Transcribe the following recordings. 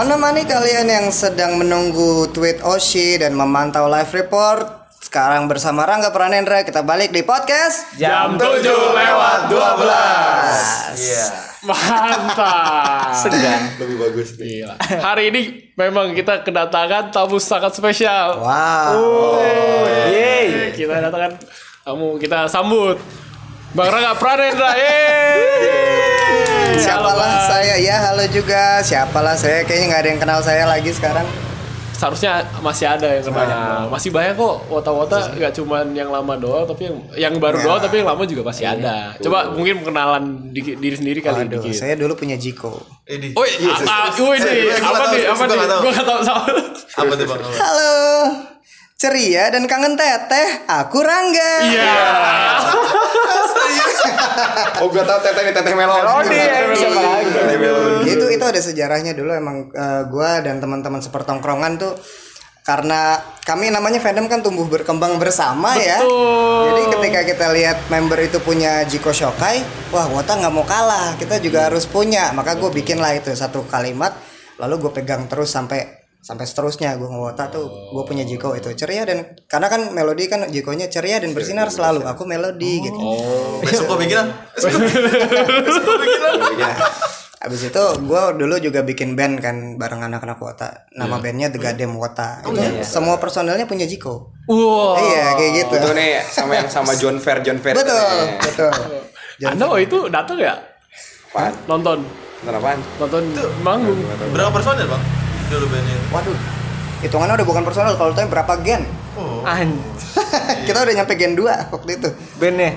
Menemani kalian yang sedang menunggu tweet Oshi dan memantau live report. Sekarang bersama Rangga Pranendra kita balik di podcast Jam 7:12. Iya. Mantap. Segan. Lebih bagus. Gila. Hari ini memang kita kedatangan tamu sangat spesial. Wow. Yeay. Kita kedatangan tamu, kita sambut Bang Rangga Pranendra. Siapalah saya? Ya halo juga. Siapalah saya? Kayaknya nggak ada yang kenal saya lagi sekarang. Seharusnya masih ada yang kenal. Masih banyak kok wota-wota, nggak cuman yang lama doang, tapi yang baru doang, tapi yang lama juga masih ada. Coba mungkin perkenalan diri sendiri kali Aduh, dikit. saya dulu punya Jiko. Ini apa nih? Gue nggak tahu sama. Apa tuh Bang? Halo. Ceria dan kangen teteh, aku Rangga. Iya. Oh gue tau teteh Melody. Itu ada sejarahnya dulu emang gua dan teman-teman sepertongkrongan tuh karena kami namanya fandom kan tumbuh berkembang bersama. Betul. Ya. Jadi ketika kita lihat member itu punya Jiko Shokai, wah Wota nggak mau kalah, kita juga harus punya. Maka gue bikin lah itu satu kalimat, lalu gue pegang terus sampai seterusnya. Gue ngewota tuh gue punya Jiko itu ceria dan karena kan Melody kan Jikonya ceria dan bersinar selalu, aku Melody gitu. Besok gue bikin lah. Abis itu gue dulu juga bikin band kan bareng anak-anak Wota. Nama bandnya The Goddamn Wota. Semua personelnya punya Jiko. Wow. Iya kayak gitu. Itu nih sama John Fair. Betul. Anda itu datang ya? Apaan? Nonton Apaan? manggung. Berapa personel Bang? Dulu bandnya. Waduh. Hitungannya udah bukan personel, kalau tanya berapa gen? Oh. Kita udah nyampe gen 2 waktu itu. Bandnya?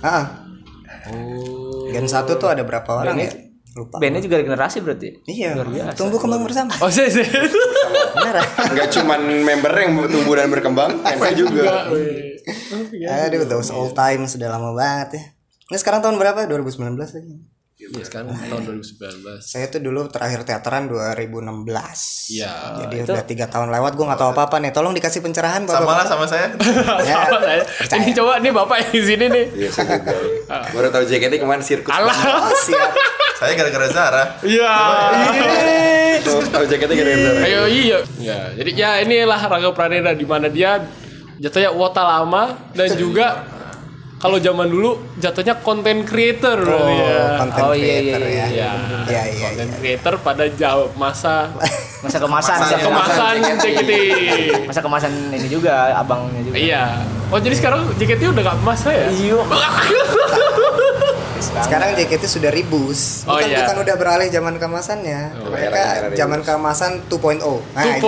Gen 1 tuh ada berapa orang ya? Lupa. Bandnya juga regenerasi berarti? Iya. Tumbuh kembang bersama. Oh sih. Benar. Enggak cuman member yang tumbuh dan berkembang, fansnya juga. Aduh, those old times sudah lama banget ya. Ini sekarang tahun berapa? 2019 lagi. Iya sekarang tahun 2019. Saya tuh dulu terakhir teateran 2016. Iya. Jadi udah 3 tahun lewat, gue nggak tahu apa-apa nih. Tolong dikasih pencerahan Bapak. Sama lah sama saya. Ya, Sama saya. Ini coba nih Bapak yang di sini nih. Iya saya juga. Baru tahu JKT kemarin sirkus. Alah. Oh, siap. Saya gara-gara Zara. Iya. Tahu JKT gara-gara. Ayo iya. Ya, jadi ya inilah Rangga Pranendra di mana dia jatuhnya Wota lama dan juga kalau zaman dulu jatuhnya content creator berarti ya. Content creator ya. Iya. Iya. Content creator pada masa Masa kemasan JKT. Masa kemasan ini juga, abangnya juga. Iya. Oh jadi sekarang JKT udah gak emas ya? Iya. Sekarang JKT sudah ribus. Oh, iya. Bukan udah beralih zaman kemasannya. Mereka zaman kemasan 2.0. Nah, 2.0.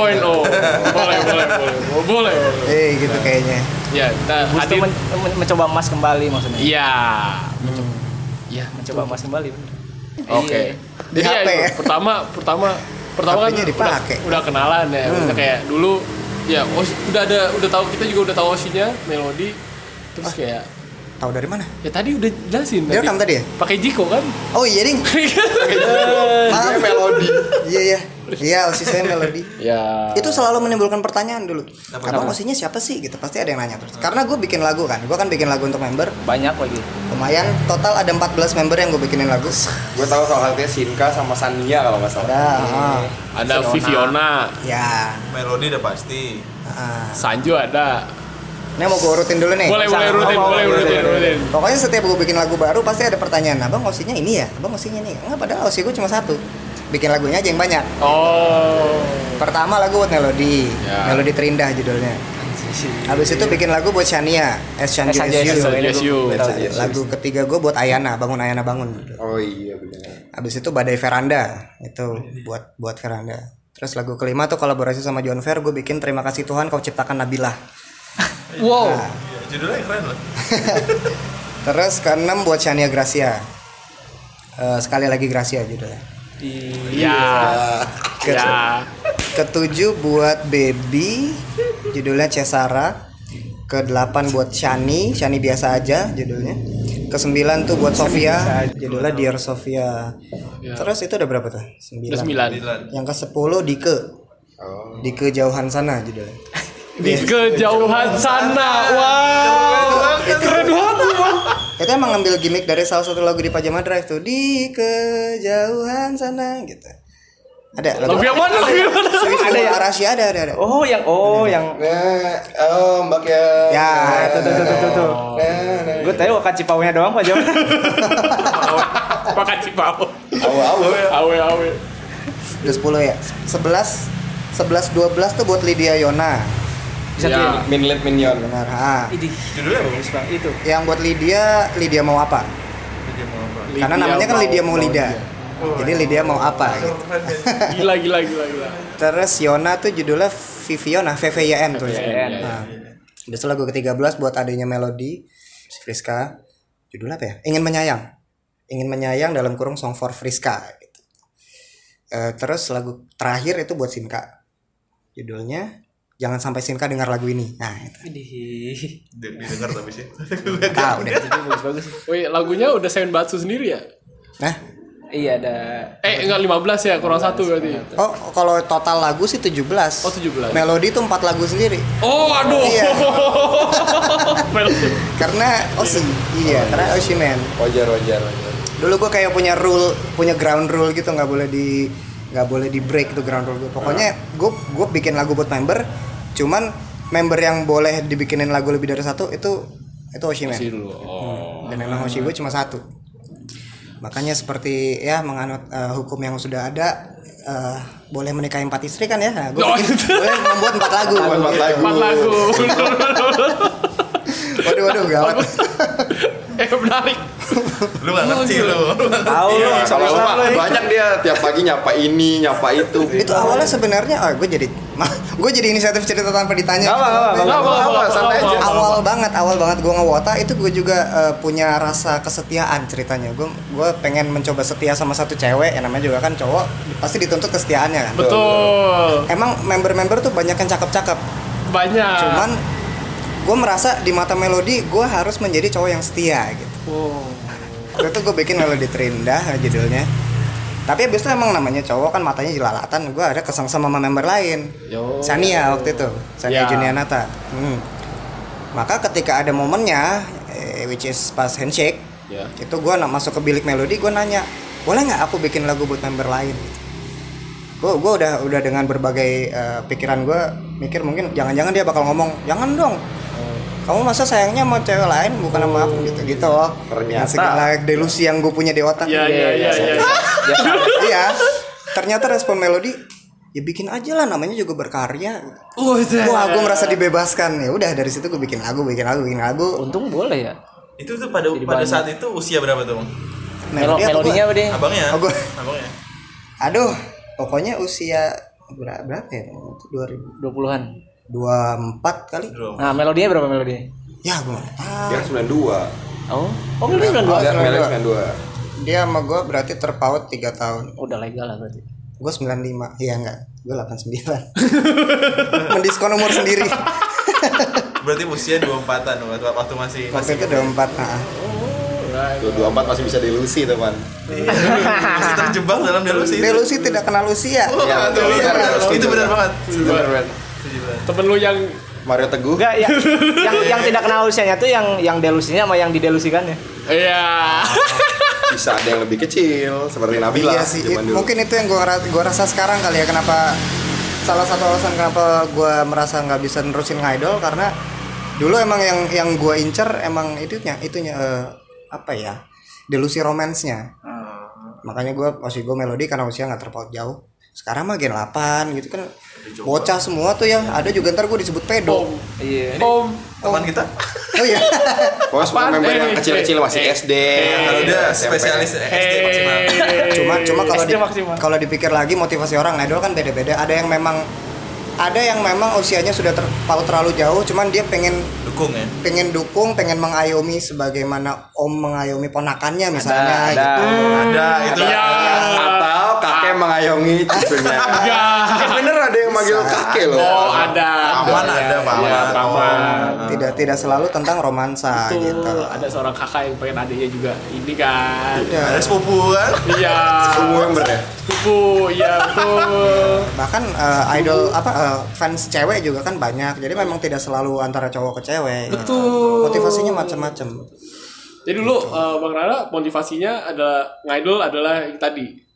Boleh. gitu kayaknya. Ya, kita Gusto mencoba emas kembali maksudnya. Iya. Iya, mencoba emas kembali. Oke. Di Jadi HP ya? pertama kan HP-nya dipakai. udah kenalan ya. Maksudnya kayak dulu ya udah tahu, kita juga udah tahu Oshinya Melody. Terus kayak Tahu dari mana? ya tadi udah jelasin Dia rekam tadi ya? Pakai Jiko kan? Oh iya ding. Maaf. Melody. Iya. Iya, Osi saya Melody. Ya. Itu selalu menimbulkan pertanyaan dulu. Abang Osinya siapa sih? Gitu pasti ada yang nanya terus. Karena gue bikin lagu kan. Gue kan bikin lagu untuk member. Banyak lagi. Lumayan. Total ada 14 member yang gue bikinin lagu. Gue tahu salah satunya Shinka sama Sania kalau nggak salah. Ada. Ada Viviona, Ya. Melodi udah pasti. Sanjo ada. Ini mau gue urutin dulu nih. Boleh rutin. Pokoknya setiap gue bikin lagu baru pasti ada pertanyaan. Abang Osinya ini ya? Abang Osinya ini? Enggak, padahal Osi gue cuma satu. Bikin lagunya aja yang banyak. Oh. Pertama lagu buat Melody. Ya. Melody Terindah judulnya. Habis itu bikin lagu buat Shania. SNJSU. Lagu ketiga gue buat Ayana, bangun. Oh iya benar. Habis itu Badai Veranda. Itu buat Veranda. Terus lagu kelima tuh kolaborasi sama John Fair, gue bikin Terima Kasih Tuhan Kau Ciptakan Nabilah. Wow. Judulnya keren loh. Terus keenam buat Shania Gracia. Sekali lagi Gracia judulnya. Iya. Ketujuh buat Baby, judulnya Cesara. Ke-8 buat Shani biasa aja judulnya. Ke-9 tuh buat Sofia, judulnya Dear Sofia. Terus itu udah berapa tuh? 9. Yang ke-10 Dike Jauhan Sana judulnya. Di kejauhan sana. Wow. Keren banget, Bang. Itu emang ngambil gimmick dari salah satu lagu di Pajama Drive tuh, di kejauhan sana gitu. Ada Lagu yang mana? Lagu yang mana? Suifu Ada ya? Arashi ada. Oh yang Mbak ya. Ya, tuh. Gue tahu kacipaunya doang Pak Jom. Makan cipau. Awe. udah 10 ya. 11 12 tuh buat Lydia Yona. Bisa Ya. tuh. Minlet Minion. Benar. Ah. Idih. Judulnya apa? Bagus Bang. Itu. Yang buat Lydia mau apa? Dia mau apa? Karena namanya kan Lydia mau Lida. Oh, Jadi Lydia mau apa gitu. Gila. Terus Yona tuh judulnya Viviana, VVYN tuh. VVYN, ya. Nah. Terus lagu ke-13 buat adanya Melody, Friska. Judul apa ya? Ingin Menyayang dalam kurung Song for Friska gitu. Terus lagu terakhir itu buat Sinka. Judulnya Jangan Sampai Sinka Dengar Lagu Ini. Nah, itu. Idih. Didengar tapi sih. Tahu deh. Itu bagus. Woi, lagunya udah Senbatsu sendiri ya? Nah, Iya ada. Enggak 15 ya, kurang 1 berarti. oh kalau total lagu sih 17. Oh, 17. Melody itu 4 lagu sendiri. Oh, aduh. Iya. Melody. Karena karena Oshimen. Wajar. Dulu gue kayak punya ground rule gitu, nggak boleh di break itu ground rule gue. Pokoknya gue bikin lagu buat member, cuman member yang boleh dibikinin lagu lebih dari satu itu Oshimen. Masih dulu. Oh. Dan memang Hoshi gue cuma satu. Makanya seperti ya menganut hukum yang sudah ada, boleh menikahi 4 istri kan ya. Nah, gue Oh, boleh membuat 4 lagu. 4 lagu. Waduh gawat. Menarik. Lu nggak ngerti lu. Tahu lu. Kalau Salah Pak lu. banyak dia tiap pagi nyapa ini, nyapa itu. Itu awalnya sebenarnya gue jadi inisiatif cerita tanpa ditanya. Enggak apa. Santai aja. Awal banget gue ngewota itu gue juga punya rasa kesetiaan ceritanya. Gue pengen mencoba setia sama satu cewek, yang namanya juga kan cowok, pasti dituntut kesetiaannya kan. Betul. Emang member-member tuh banyak yang cakep-cakep. Banyak. Cuman gue merasa di mata Melody gue harus menjadi cowok yang setia gitu. Oh. Waktu itu gue bikin Melody Terindah judulnya. Tapi abis itu emang namanya cowok kan matanya jelalatan. Gue ada kesengsem sama member lain. Yo. Sania waktu itu, Sania Ya. Junianata. Maka ketika ada momennya, which is pas handshake, Ya. itu gue masuk ke bilik Melody, gue nanya, boleh nggak aku bikin lagu buat member lain? Gue udah dengan berbagai pikiran gue mikir mungkin jangan-jangan dia bakal ngomong, jangan dong. Kamu masa sayangnya sama cewek lain bukan sama aku gitu. Ternyata. Dengan segala delusi yang gue punya di otak. Iya. Iya. Ternyata respon Melody, ya bikin aja lah, namanya juga berkarya. Wah, gue merasa dibebaskan. Ya udah dari situ gue bikin lagu. Untung boleh ya. Itu tuh pada saat itu usia berapa tuh, Bang? Melodinya apa deh? Abangnya. Oh, gua. Abangnya. Aduh, pokoknya usia berapa ya? 20-an. 24 kali. Nah, melodinya berapa melodinya? Ya, gue nggak tahu. Dia 92. Oh melodinya 92. Dia 92. Dia sama gue berarti terpaut 3 tahun. Udah legal lah berarti. Gue 95. Iya enggak? Gue 89. Mendiskon umur sendiri. Berarti usia 24-an waktu masih Waktu itu 24. Nah. Tuh 24 masih bisa delusi tuh, Man. masih terjebak dalam delusi. Delusi tidak kenal usia. Ya, betul. Itu benar banget. Temen lu yang Mario Teguh. Enggak yang tidak kenal usianya tuh yang delusinya sama yang didelusikannya. iya. Bisa ada yang lebih kecil seperti Nabila Iya sih. zaman dulu. Mungkin itu yang gue rasa sekarang kali ya, kenapa salah satu alasan kenapa gue merasa nggak bisa nerusin ngidol, karena dulu emang yang gue incer emang itunya apa ya, delusi romansnya. Makanya gue Melody karena usia nggak terpaut jauh. Sekarang mah Gen 8 gitu kan, bocah semua tuh ya. Ada juga ntar gue disebut pedo. Iya. Teman kita. Oh iya. Pokoknya semua member yang kecil-kecil masih SD. Kalau dia SMP. spesialis SD maksimal. Cuma SD maksimal. kalau dipikir lagi motivasi orang idol kan beda-beda. Ada yang memang usianya sudah terpaut terlalu jauh, cuman dia pengen Dukung ya. pengen mengayomi sebagaimana om mengayomi ponakannya misalnya Ada. gitu. Ada itu. Iya. Atau kakek mengayomi cucunya. Bener ada yang manggil kakek loh. Oh, ada. Paman ada, paman. Iya, paman. Tidak selalu tentang romansa Tuh, gitu. ada seorang kakak yang pengen adiknya juga ini kan. Ada sepupu kan. Iya. Semua member ya. Sepupu, iya betul. Bahkan idol fans cewek juga kan banyak. Jadi memang tidak selalu antara cowok ke cewek. Betul. Motivasinya macam-macam. Jadi dulu Bang Rara motivasinya adalah ngidol adalah yang tadi.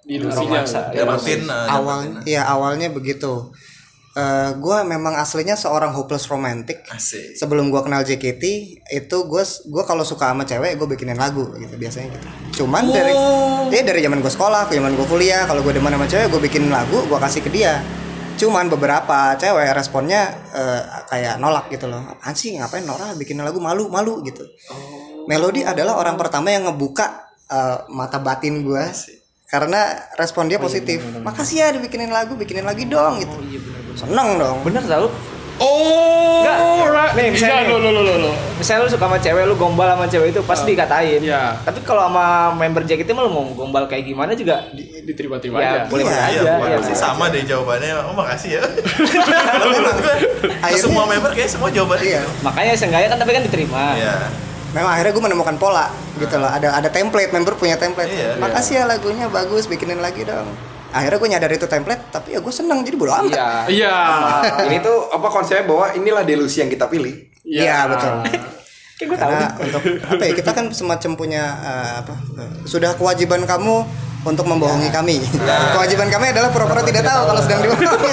Di ilusinya. Dapetin awalnya begitu. Gue memang aslinya seorang hopeless romantic. Asik. Sebelum gue kenal JKT itu gue kalau suka sama cewek gue bikinin lagu gitu biasanya gitu. Cuman dari zaman gue sekolah ke zaman gue kuliah, kalau gue demen sama cewek gue bikin lagu gue kasih ke dia. Cuman beberapa cewek responnya kayak nolak gitu loh. Apaan sih, ngapain Nora bikin lagu, malu gitu. Melody adalah orang pertama yang ngebuka mata batin gue. Karena respon dia positif. Makasih ya dibikinin lagu, bikinin lagi dong gitu. Seneng dong. Bener tau. Enggak. Nih misalnya misalnya lu suka sama cewek, lu gombal sama cewek itu pasti dikatain. Iya. Tapi kalau sama member JKT mah lu mau gombal kayak gimana juga diterima-terima ya, aja. boleh aja. Iya, Ya, sama deh jawabannya. Oh makasih ya. Menurut gue semua member kayak semua jawabannya. Iya. Makanya seenggaknya kan tapi kan diterima. Iya. Memang akhirnya gue menemukan pola gitu loh. Ada template, member punya template. Iya. Makasih ya lagunya bagus, bikinin lagi dong. Akhirnya gue nyadar itu template, tapi ya gue seneng jadi bodo amat. Iya. Ini tuh apa konsepnya bahwa inilah delusi yang kita pilih. Iya betul. Kayak gue tahu. Karena untuk apa ya, kita kan semacam punya sudah kewajiban kamu untuk membohongi kami. Kewajiban kami adalah pura-pura tidak tahu kalau sedang dibohongi.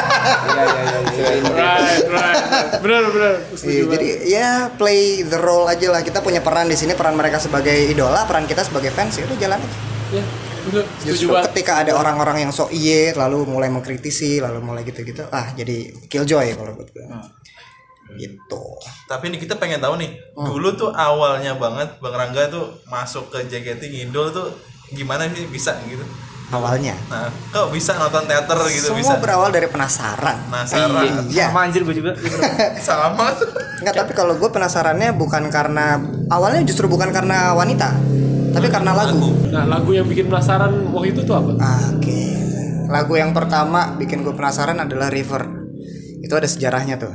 Right. Benar. Iya, jadi ya play the role aja lah. Kita punya peran di sini, peran mereka sebagai idola, peran kita sebagai fans, ya udah jalan aja. Iya. Benar. Justru ketika ada orang-orang yang sok iye lalu mulai mengkritisi, lalu mulai gitu-gitu, jadi killjoy kalau buat gue. Gitu. Tapi ini kita pengen tahu nih, dulu tuh awalnya banget Bang Rangga tuh masuk ke JKT ngidol tuh gimana sih bisa gitu? Awalnya. Nah, kok bisa nonton teater gitu? Semua Bisa berawal dari penasaran. penasaran. Iya. Sama anjir gue juga. Sama. Enggak, tapi kalau gue penasarannya bukan karena awalnya justru bukan karena wanita, tapi karena lagu. Nah, lagu yang bikin penasaran waktu itu tuh apa? Oke. Lagu yang pertama bikin gue penasaran adalah River. Itu ada sejarahnya tuh.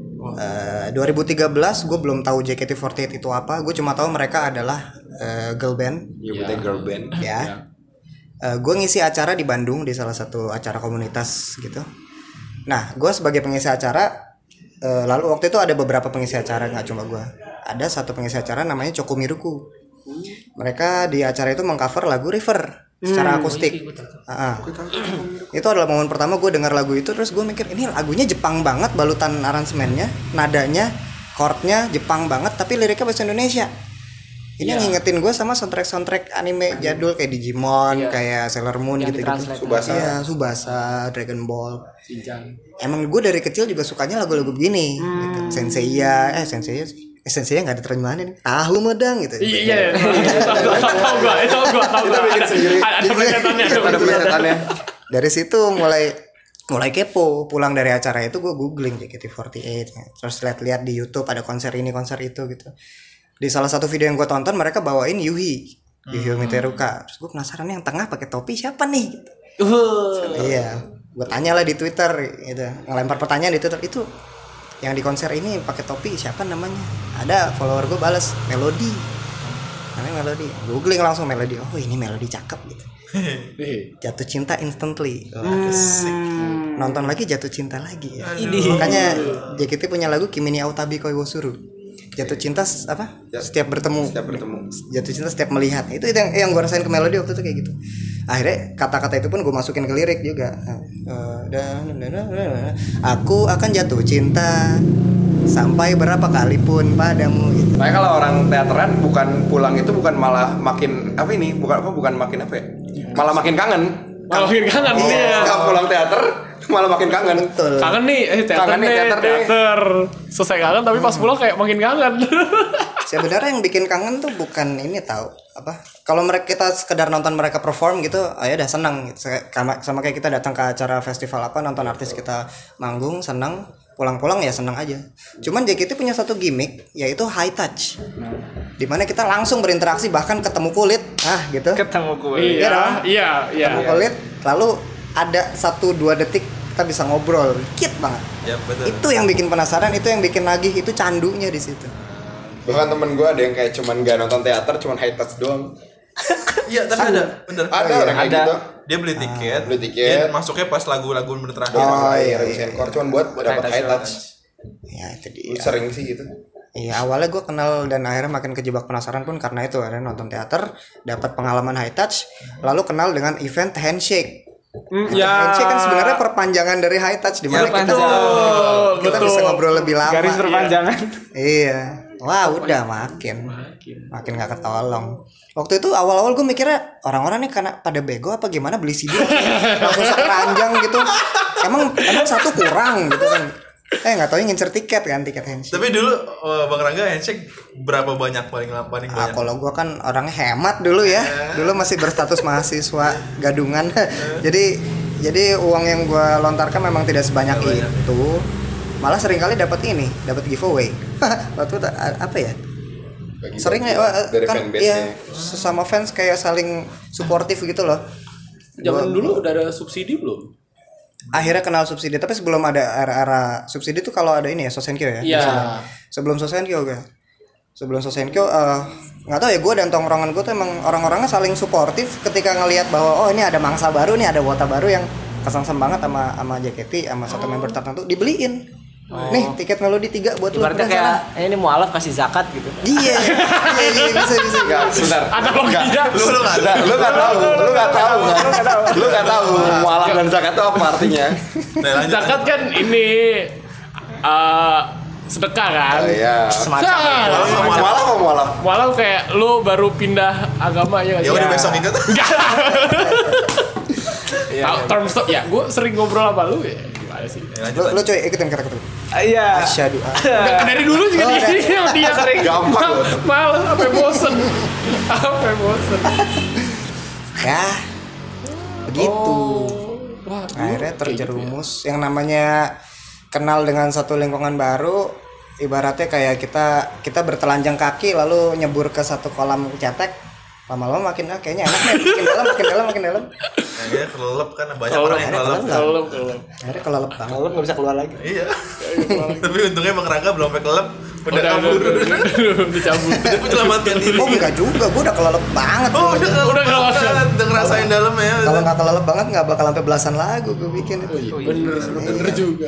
2013 gue belum tahu JKT48 itu apa. Gue cuma tahu mereka adalah girl band. Nyebutnya girl band. Ya. Gue ngisi acara di Bandung di salah satu acara komunitas gitu. Nah, gue sebagai pengisi acara, lalu waktu itu ada beberapa pengisi acara, nggak cuma gue. Ada satu pengisi acara namanya Chokumiruku. Mereka di acara itu mengcover lagu River secara akustik. Itu adalah momen pertama gue dengar lagu itu, terus gue mikir ini lagunya Jepang banget, balutan aransemennya, nadanya, chordnya Jepang banget, tapi liriknya bahasa Indonesia. Ini ngingetin gue sama soundtrack anime jadul kayak Digimon, kayak Sailor Moon gitu-gitu. Subasa, Dragon Ball. Shinchan. Emang gue dari kecil juga sukanya lagu-lagu begini. Gitu. Senseiya nggak ada terjemahannya nih. Tahu medang gitu. Iya. Tahu gua. Ada plesetannya. Dari situ mulai kepo. Pulang dari acara itu gue googling JKT48. Terus lihat-lihat di YouTube ada konser ini, konser itu gitu. Di salah satu video yang gue tonton mereka bawain Yuhi Miteruka. Terus gue penasaran yang tengah pakai topi siapa nih gitu. Iya, gue tanya lah di Twitter gitu. Ngelempar pertanyaan di Twitter, itu yang di konser ini pakai topi siapa namanya? Ada follower gue balas Melody. Namanya Melody. Googling langsung Melody. Oh, ini Melody cakep gitu. Jatuh cinta instantly. Nonton lagi jatuh cinta lagi ya. Makanya JKT punya lagu Kimi ni Autabi Koi wo Suru. Jatuh cinta apa? Setiap bertemu. Jatuh cinta setiap melihat. Itu yang gue rasain ke Melody waktu itu kayak gitu. Akhirnya kata-kata itu pun gue masukin ke lirik juga. Aku akan jatuh cinta sampai berapa kali pun padamu gitu. Makanya kalau orang teateran bukan pulang itu bukan malah makin bukan makin apa ya? Malah makin kangen. Malah makin kangen dia. Kalau pulang teater malah makin kangen. Betul. Kangen nih teater. Selesai kangen tapi pas pulang kayak makin kangen. Sebenarnya yang bikin kangen tuh bukan ini tahu apa? Kalau kita sekedar nonton mereka perform gitu, ya udah senang gitu. Sama kayak kita datang ke acara festival apa, nonton artis kita manggung, senang. Pulang-pulang ya senang aja. Cuman JKT punya satu gimmick yaitu high touch. Dimana kita langsung berinteraksi, bahkan ketemu kulit, gitu. Ketemu kulit. Iya. Ketemu kulit, lalu ada 1-2 detik kita bisa ngobrol, dikit banget. Ya, betul. Itu yang bikin penasaran, itu yang bikin nagih, itu candunya di situ. Bahkan temen gue ada yang kayak cuman gak nonton teater, cuman high touch doang. Iya, tapi ada, bener. Ada orang kayak gitu. Dia beli tiket. Dia masuknya pas lagu-lagu bener terakhir. Iya, Revolution Core cuman buat dapat high touch. Ya itu dia. Sering sih gitu. Iya, awalnya gue kenal dan akhirnya makin kejebak penasaran pun karena itu, akhirnya nonton teater, dapat pengalaman high touch, lalu kenal dengan event handshake. Handshake kan sebenarnya perpanjangan dari high touch, di mana kita bisa ngobrol lebih lama. Garis perpanjangan. Iya. Wah, udah makin gak ketolong. Waktu itu awal-awal gue mikirnya orang-orang nih karena pada bego apa gimana beli CD langsung sekeranjang gitu. Emang satu kurang gitu kan. Nggak tahu ngincer tiket handshake. Tapi dulu Bang Rangga handshake berapa banyak paling banyak? Kalau gue kan orangnya hemat dulu ya. Dulu masih berstatus mahasiswa gadungan. jadi uang yang gue lontarkan memang tidak sebanyak itu. Malah seringkali dapat giveaway. Waktu itu apa ya? Sering dari kan fanbase-nya. sesama fans kayak saling suportif gitu loh. Zaman dulu udah ada subsidi belum? Akhirnya kenal subsidi, tapi sebelum ada era subsidi tuh kalau ada ini ya Sosenkyo ya. Iya. Sebelum Sosenkyo nggak tahu ya, gue dan tongkrongan gue tuh emang orang-orangnya saling suportif ketika ngelihat bahwa ini ada mangsa baru nih, ada wota baru yang kesengsem banget sama JKT sama satu member tertentu dibeliin. Nih tiket Melodi 3 buat lu. Berarti kayak ini mualaf kasih zakat gitu. Iya, bisa. Enggak, sebentar. Ada loginya. Lu nggak tahu mualaf dan zakat itu apa artinya. Zakat kan ini sedekah kan. Oh iya. Semacam Mualaf. Walau kayak lu baru pindah agama ya. Ya udah besok ingat. Tahu term stop ya. Gue sering ngobrol sama lu ya. Gimana sih? Lu coy ikutin kata-kata. Iya. Asyhadu. Dari dulu juga dia sering Gampang loh. Males sampai bosen. Ya. Begitu. Wah, Akhirnya terjerumus yang namanya kenal dengan satu lingkungan baru, ibaratnya kayak kita bertelanjang kaki lalu nyebur ke satu kolam cetek. Lama-lama makin kayaknya enak nih, makin dalam. Kayaknya kelelep kan, banyak orang yang kelelep. Akhirnya kelelep banget. Kalau nggak bisa keluar lagi. Iya. Tapi untungnya Bang Rangga belum sampai kelelep, udah kabur. Dicabut. Udah menyelamatkan diri. Oh enggak juga, gue udah kelelep banget. Udah ngerasain dalam ya. Kalau nggak kelelep banget nggak bakal sampai belasan lagu gue bikin itu. Bener juga.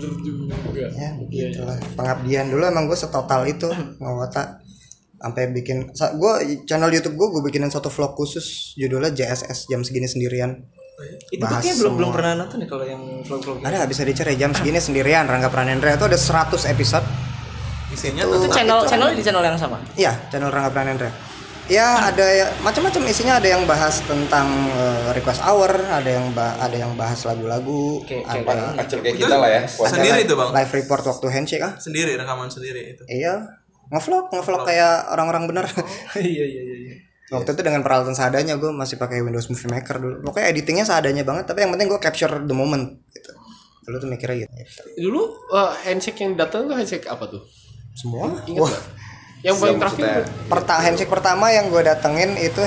Ya begitulah. Pengabdian dulu emang gue setotal itu ngewota. Sampai bikin channel YouTube gue bikinin satu vlog khusus judulnya JSS jam segini sendirian. Itu kayaknya belum pernah nonton ya kalau yang vlog-vlog. Ada bisa dicari jam segini sendirian Rangga Pranendra itu ada 100 episode. Isinya Itu channel di channel yang sama. Iya, channel Rangga Pranendra. Ya ada ya, macam-macam isinya, ada yang bahas tentang request hour, ada yang bahas lagu-lagu, ada Acil kayak kita lah ya. Sendiri itu Bang. live report waktu handshake Sendiri, rekaman sendiri itu. Iya. Ngevlog kayak orang-orang bener. Iya. Waktu itu dengan peralatan seadanya, gue masih pakai Windows Movie Maker dulu. Pokoknya editingnya seadanya banget, tapi yang penting gue capture the moment gitu. Dulu tuh mikirnya gitu. Dulu handshake yang datang tuh handshake apa tuh? Semua. Ingat nggak? Yang paling terakhir Handshake pertama yang gue datengin itu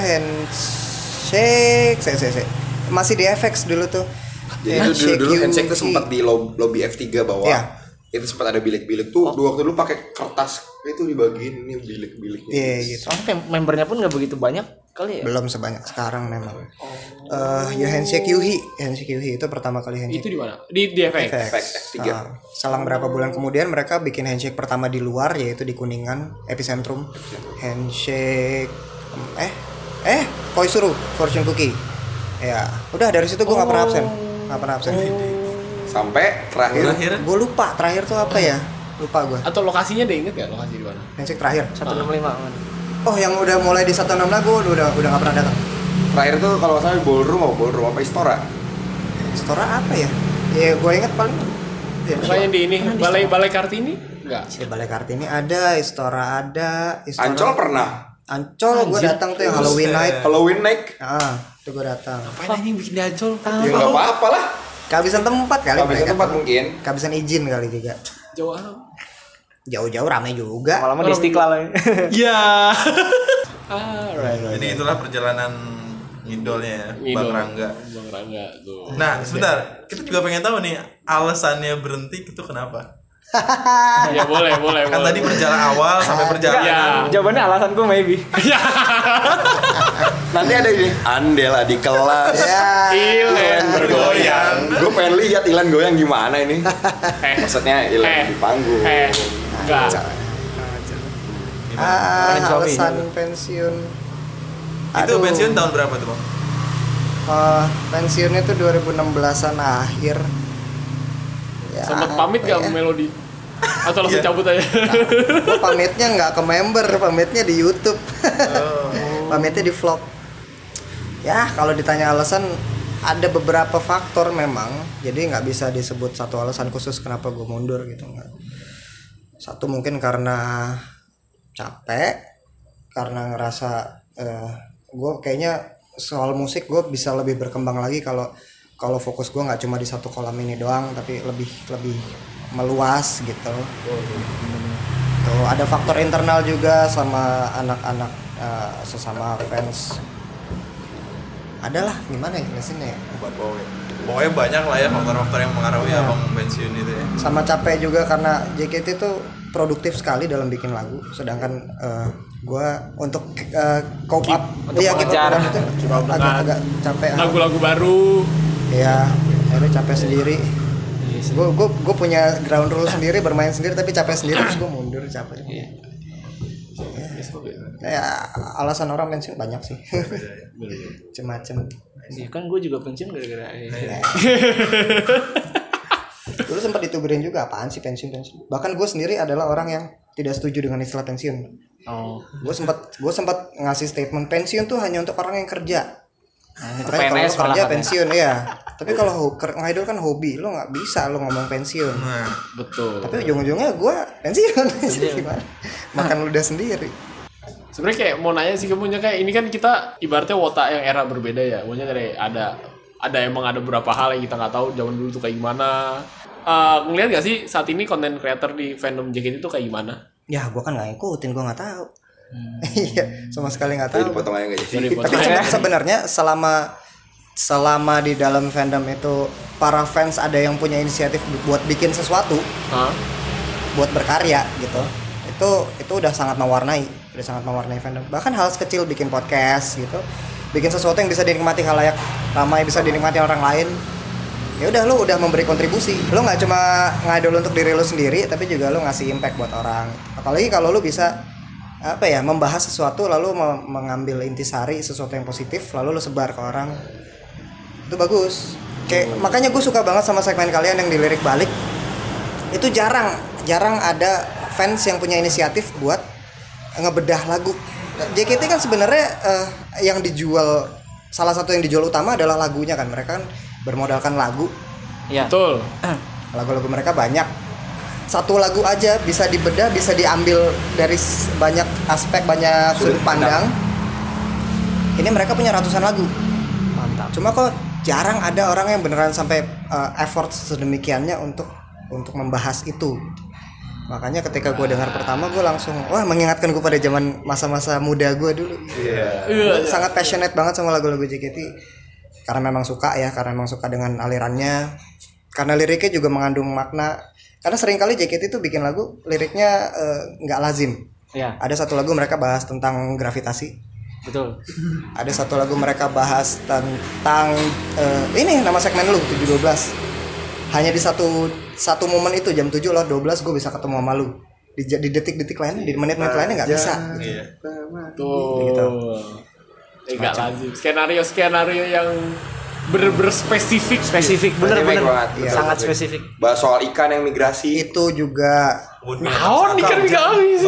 handshake masih di FX dulu tuh. Jadi dulu handshake tuh sempat di lobby F3 bawah. Iya. Itu sempat ada bilik-bilik tuh. Waktu dulu pakai kertas itu dibagiin ini bilik-biliknya. Iya gitu. Soalnya membernya pun nggak begitu banyak kali ya. Belum sebanyak sekarang memang. Handshake Yuhi itu pertama kali handshake. itu di mana? Di FX. F3. Selang berapa bulan kemudian mereka bikin handshake pertama di luar, yaitu di Kuningan Epicentrum. Handshake Koizuru Fortune Cookie. Ya, udah dari situ gue nggak pernah absen. Sampai terakhir Gue lupa terakhir tuh apa ya? Lupa gue. Atau lokasinya deh, inget gak lokasi di mana? Handshake terakhir. 165 kan. Oh, yang udah mulai di 165 gue udah nggak pernah datang. terakhir tuh kalau nggak salah ballroom apa Istora. Istora apa ya? Ya gue inget paling. Ya, Bukannya di ini Balai Kartini? Enggak. di Balai Kartini ada, Istora ada. Ancol pernah. Ancol gue datang tuh yang Halloween night. Itu gue datang. Apa yang bikin di Ancol? Ya nggak apa-apa lah. Kehabisan tempat kali. Kehabisan tempat mungkin. Kehabisan izin kali juga. Jauh amat. Jauh-jauh ramai juga. Lama-lama di Istiqlal ya. Iya. Right. Ini itulah perjalanan idolnya ya, Bang Rangga. Bang Rangga tuh. Nah, sebentar. Kita juga pengen tahu nih alasannya berhenti itu kenapa? Ya boleh. Kan tadi perjalanan awal sampai perjalanan. Ya. Jawabannya alasanku maybe. Nanti ada ini Andela di kelas. Ya. Ilen bergoyang. Gue pengen lihat Ilan goyang gimana ini. Maksudnya Ilan di panggung. Enggak. Pengen suami. Alasan pensiun. Itu Aduh. pensiun tahun berapa tuh bang? Pensiunnya tuh 2016-an akhir. Ya, Sempat pamit apa gak ya? Melody? Atau langsung cabut aja? Gue pamitnya nggak ke member, pamitnya di YouTube. Pamitnya di vlog. Ya kalau ditanya alasan, ada beberapa faktor memang. Jadi nggak bisa disebut satu alasan khusus kenapa gue mundur gitu. Nggak. Satu mungkin karena capek, karena ngerasa gue kayaknya soal musik gue bisa lebih berkembang lagi kalau fokus gue nggak cuma di satu kolam ini doang, tapi lebih meluas gitu. Tuh ada faktor internal juga sama anak-anak sesama fans. Adalah gimana ya jelasinnya ya? Pokoknya banyak lah ya faktor-faktor yang mengaruhi abang pensiun itu ya. Sama capek juga karena JKT itu produktif sekali dalam bikin lagu, sedangkan gue untuk cope up iya mengejar. itu agak capek. Lagu-lagu baru. Iya, akhirnya capek sendiri. Gue punya ground rule sendiri, bermain sendiri tapi capek sendiri, terus gue mundur capek. Ya alasan orang pensiun banyak sih, macem-macem. Iya kan gue juga pensiun gara-gara Dulu sempat dituberin juga apaan sih pensiun. Bahkan gue sendiri adalah orang yang tidak setuju dengan istilah pensiun. Oh. Gue sempat ngasih statement pensiun tuh hanya untuk orang yang kerja. Itu Makanya kalau PNS lo kerja malah pensiun ya. Tapi kalau ngidol kan hobi, lo nggak bisa lo ngomong pensiun. Nah, Betul. Tapi ujung-ujungnya gue pensiun. Gimana? Makan ludah sendiri. Sebenarnya kayak mau nanya sih kamunya, kayak ini kan kita ibaratnya wota yang era berbeda ya. Maksudnya kayak ada emang ada beberapa hal yang kita nggak tahu zaman dulu tuh kayak gimana. Ngeliat gak sih saat ini konten creator di fandom JKT itu kayak gimana? Ya gue kan nggak ngikutin, gue nggak tahu. Iya, sama sekali nggak tahu. Jadi dipotong aja nggak jadi. Dari Tapi sebenarnya selama di dalam fandom itu para fans ada yang punya inisiatif buat bikin sesuatu, Hah? buat berkarya gitu. Itu udah sangat mewarnai fandom. Bahkan hal sekecil bikin podcast gitu, bikin sesuatu yang bisa dinikmati khalayak ramai, bisa dinikmati orang lain. Ya udah, lo udah memberi kontribusi. Lo nggak cuma ngidol untuk diri lo sendiri, tapi juga lo ngasih impact buat orang. Apalagi kalau lo bisa membahas sesuatu lalu mengambil intisari sesuatu yang positif lalu lo sebar ke orang, itu bagus. Kayak makanya gue suka banget sama segmen kalian yang dilirik balik. Itu jarang ada fans yang punya inisiatif buat ngebedah lagu. JKT kan sebenarnya yang dijual, salah satu yang dijual utama adalah lagunya kan. Mereka kan bermodalkan lagu. Iya. Betul. Lagu-lagu mereka banyak. Satu lagu aja bisa dibedah, bisa diambil dari banyak aspek, banyak sudut pandang. Ini mereka punya ratusan lagu. Mantap. Cuma kok jarang ada orang yang beneran sampai effort sedemikiannya untuk membahas itu. Makanya ketika gue dengar pertama, gue langsung mengingatkan gue pada zaman masa-masa muda gue dulu. Gue sangat passionate banget sama lagu-lagu JKT karena memang suka dengan alirannya, karena liriknya juga mengandung makna. Karena seringkali JKT itu bikin lagu liriknya nggak lazim. Iya. Ada satu lagu mereka bahas tentang gravitasi. Betul. Ada satu lagu mereka bahas tentang ini nama segmen lu 712. Hanya di satu momen itu jam 7 lah 12 gue bisa ketemu sama lu. Di detik-detik lainnya, di menit-menit lainnya nggak bisa gitu. iya. Tuh. Gitu. Enggak lazim. Skenario yang berspesifik. Spesifik bener banget. Iya. Sangat spesifik. Bahas soal ikan yang migrasi. Itu juga Naon nih kan enggak habis.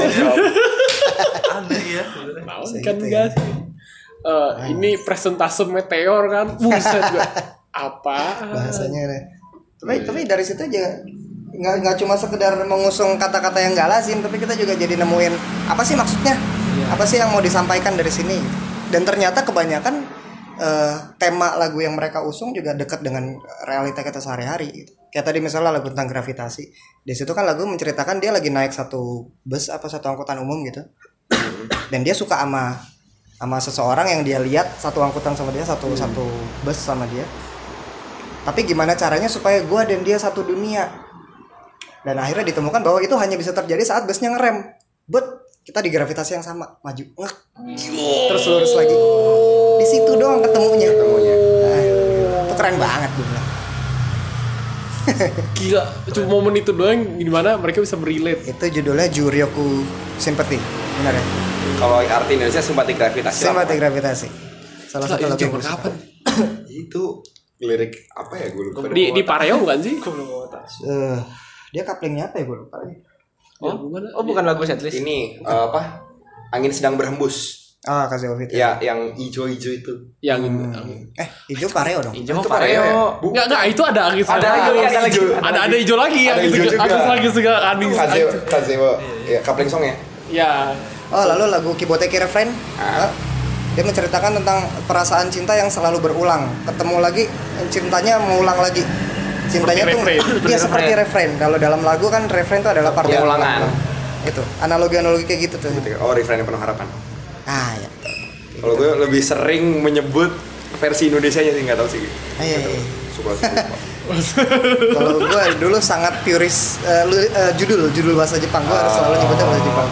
Aneh ya. Naon Bisa kan gitu enggak sih. Ini presentase meteor kan. Buset gua. Apa? bahasanya deh. Tapi dari situ aja nggak cuma sekedar mengusung kata-kata yang nggak lazim, tapi kita juga jadi nemuin apa sih maksudnya, apa sih yang mau disampaikan dari sini. Dan ternyata kebanyakan tema lagu yang mereka usung juga dekat dengan realita kita sehari-hari gitu. Kayak tadi misalnya lagu tentang gravitasi, di situ kan lagu menceritakan dia lagi naik satu bus satu angkutan umum gitu, dan dia suka sama seseorang yang dia lihat satu angkutan sama dia, satu bus sama dia. Tapi gimana caranya supaya gue dan dia satu dunia. Dan akhirnya ditemukan bahwa itu hanya bisa terjadi saat busnya ngerem. Kita di gravitasi yang sama, maju, terus lurus lagi. Di situ doang ketemunya. Nah, itu keren banget gue bilang. Gila, cuma momen itu doang gimana mereka bisa merelate. Itu judulnya Juryoku Sympathy. Benar ya? Kalau arti Indonesia simpati gravitasi. Simpati gravitasi. Salah satu lagu yang gue suka. Itu lirik apa ya gue lupa. Di Pareo bukan sih? Dia couplingnya apa ya gue lupa. Oh, bukan lagu setlist. Ini apa? Angin sedang berhembus. Ah, kasih Ovid. Ya, yang hijau-hijau itu. Yang Hijau Pareo dong. Hijau Itu Pareo. Pareo ya? Enggak itu ada angin Ada lagi. lagi. Ada hijau lagi Ada hijau juga. Ada lagi segala angin. Kazeo, ya coupling song ya. Ya. Oh, lalu lagu Kiboteki Refrain. Dia menceritakan tentang perasaan cinta yang selalu berulang. Ketemu lagi, cintanya mengulang lagi. Cintanya tuh dia seperti refrain. Kalau dalam lagu kan refrain itu adalah part yang Pengulangan. Itu analogi kayak gitu tuh. Oh, refrain yang penuh harapan. Ah ya. Kalau gue lebih sering menyebut versi Indonesianya sih, nggak tahu sih. Iya. Suka. Kalau gue dulu sangat puris judul bahasa Jepang. Gue harus selalu nyebutnya bahasa Jepang.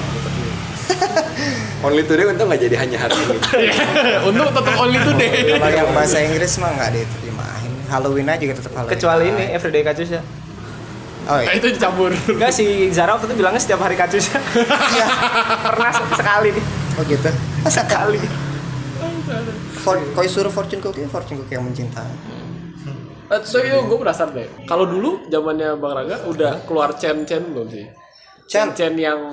Only Today untung nggak jadi hanya hari ini. Untuk tetap only today. Kalau yang bahasa Inggris mah nggak diterjemahin. Halloween aja juga tetap Halloween. Kecuali ini Everyday Katusha. Oh Nah, iya. itu dicampur. Enggak, si Zara waktu itu bilangnya setiap hari Katusha. Iya. Pernah sekali nih. Oh gitu. Sekali. Koizuru Fortune Cookie yang mencintai. So itu gue penasaran deh. Kalau dulu zamannya Bang Raga udah keluar Chen belum sih? Chen yang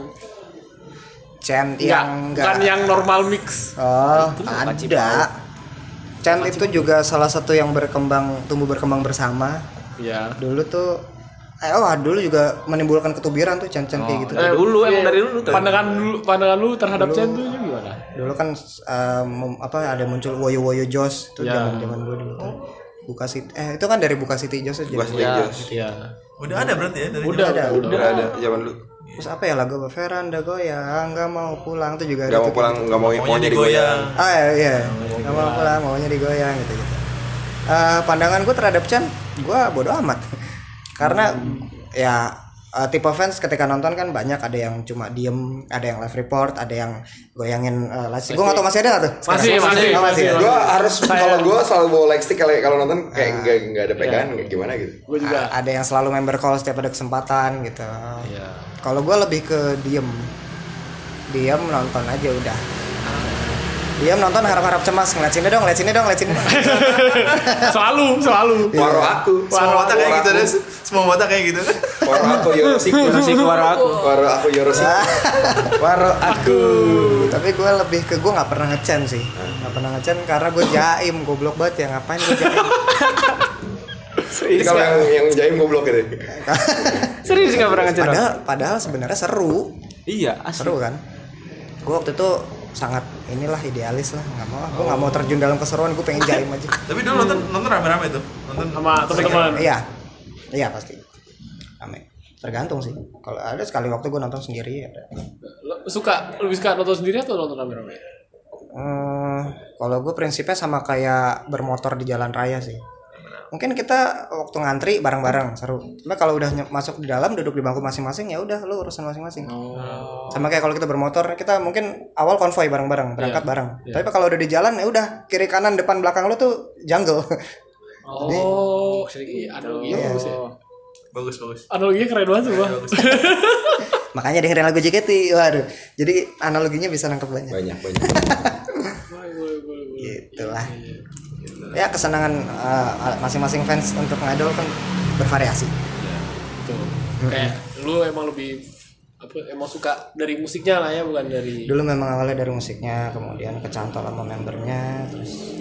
yang bukan yang normal mix. Oh, ada. Chen itu juga salah satu yang tumbuh berkembang bersama. Ya. Dulu tuh dulu juga menimbulkan ketubiran tuh Chen kayak gitu. Dulu emang dari dulu tuh. Pandangan lu terhadap Chen tuh gimana? Dulu kan ada muncul Woyo Jos tuh Ya. zaman gue dulu tuh. Itu kan dari Buka City Jos aja. Buka City Jos. Iya. Udah ada berarti ya dari Udah Udah ada zaman dulu. Terus apa ya lagu Veranda Goyang nggak mau pulang tuh juga Nggak ada mau tuh, pulang, nggak mau Maunya digoyang. iya nggak mau pulang maunya digoyang gitu. Pandangan gue terhadap Chan gue bodo amat karena ya tipe fans ketika nonton kan banyak, ada yang cuma diem, ada yang live report, ada yang goyangin gue nggak tahu masih ada nggak tuh sekarang? Masih. Gue harus kalau gue selalu bawa lightstick kalau nonton kayak nggak ada pegangan kayak gimana gitu. Gue juga. Ada yang selalu member call setiap ada kesempatan gitu. Iya. Kalau gue lebih ke diem nonton aja udah. Diam nonton harap-harap cemas, ngeliat sini dong. Selalu. Waro aku. Semua watak kayak gitu deh. Semua watak kayak gitu. Waro aku Yoroshiku. Waro aku Yoroshiku. Waro aku. Tapi gue lebih ke gue nggak pernah ngecen sih. Nggak pernah ngecen karena gue jaim, goblok banget ya, ngapain gue jaim. Jadi kalau yang jaim goblok gitu. Serius nggak pernah ngecen? Padahal sebenarnya seru. Iya, Seru kan. Gue waktu itu sangat idealis lah, gue nggak mau terjun dalam keseruan, gue pengen jaim aja. Tapi dulu nonton rame-rame tuh. Nonton Sama teman-teman. Iya pasti rame, tergantung sih. Kalau ada sekali waktu gue nonton sendiri ada. Lebih suka nonton sendiri atau nonton rame-rame? Kalau gue prinsipnya sama kayak bermotor di jalan raya sih. Mungkin kita waktu ngantri bareng-bareng seru. Cuma kalau udah masuk di dalam, duduk di bangku masing-masing, ya udah lu urusan masing-masing. Sama kayak kalau kita bermotor, kita mungkin awal konvoy bareng-bareng, berangkat bareng. Tapi kalau udah di jalan, ya udah kiri kanan depan belakang lu tuh jungle. Analoginya bagus ya. bagus. Analoginya keren banget semua. Makanya dengerin lagu JKT. Waduh. Jadi analoginya bisa nangkep banyak. Banyak. Gitulah. Ya kesenangan masing-masing fans untuk ngidol kan bervariasi. Tuh. Kayak lu emang lebih emang suka dari musiknya lah ya, bukan dari. Dulu memang awalnya dari musiknya, kemudian kecantol sama membernya, terus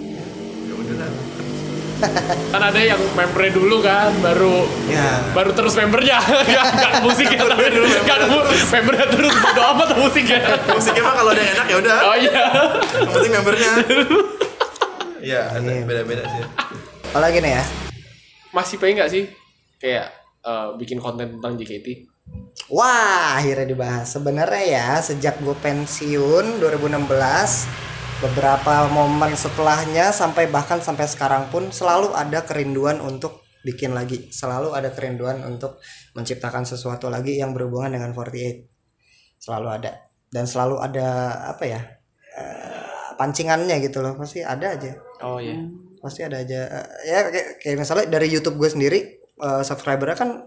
Kan ada yang membernya dulu kan, baru terus membernya. Enggak musiknya tapi dulu membernya terus bodo amat musiknya. Musiknya mah kalau ada yang enak ya udah. Oh iya. Yang penting membernya. Iya, ada beda-beda sih. apalagi nih ya. Masih pengen nggak sih kayak bikin konten tentang JKT? Wah, akhirnya dibahas. Sebenarnya ya, sejak gue pensiun 2016, beberapa momen setelahnya bahkan sampai sekarang pun selalu ada kerinduan untuk bikin lagi. Selalu ada kerinduan untuk menciptakan sesuatu lagi yang berhubungan dengan 48. Selalu ada. Dan selalu ada pancingannya gitu loh. Pasti ada aja. Oh iya. Pasti ada aja. Ya kayak misalnya dari YouTube gue sendiri, subscribernya kan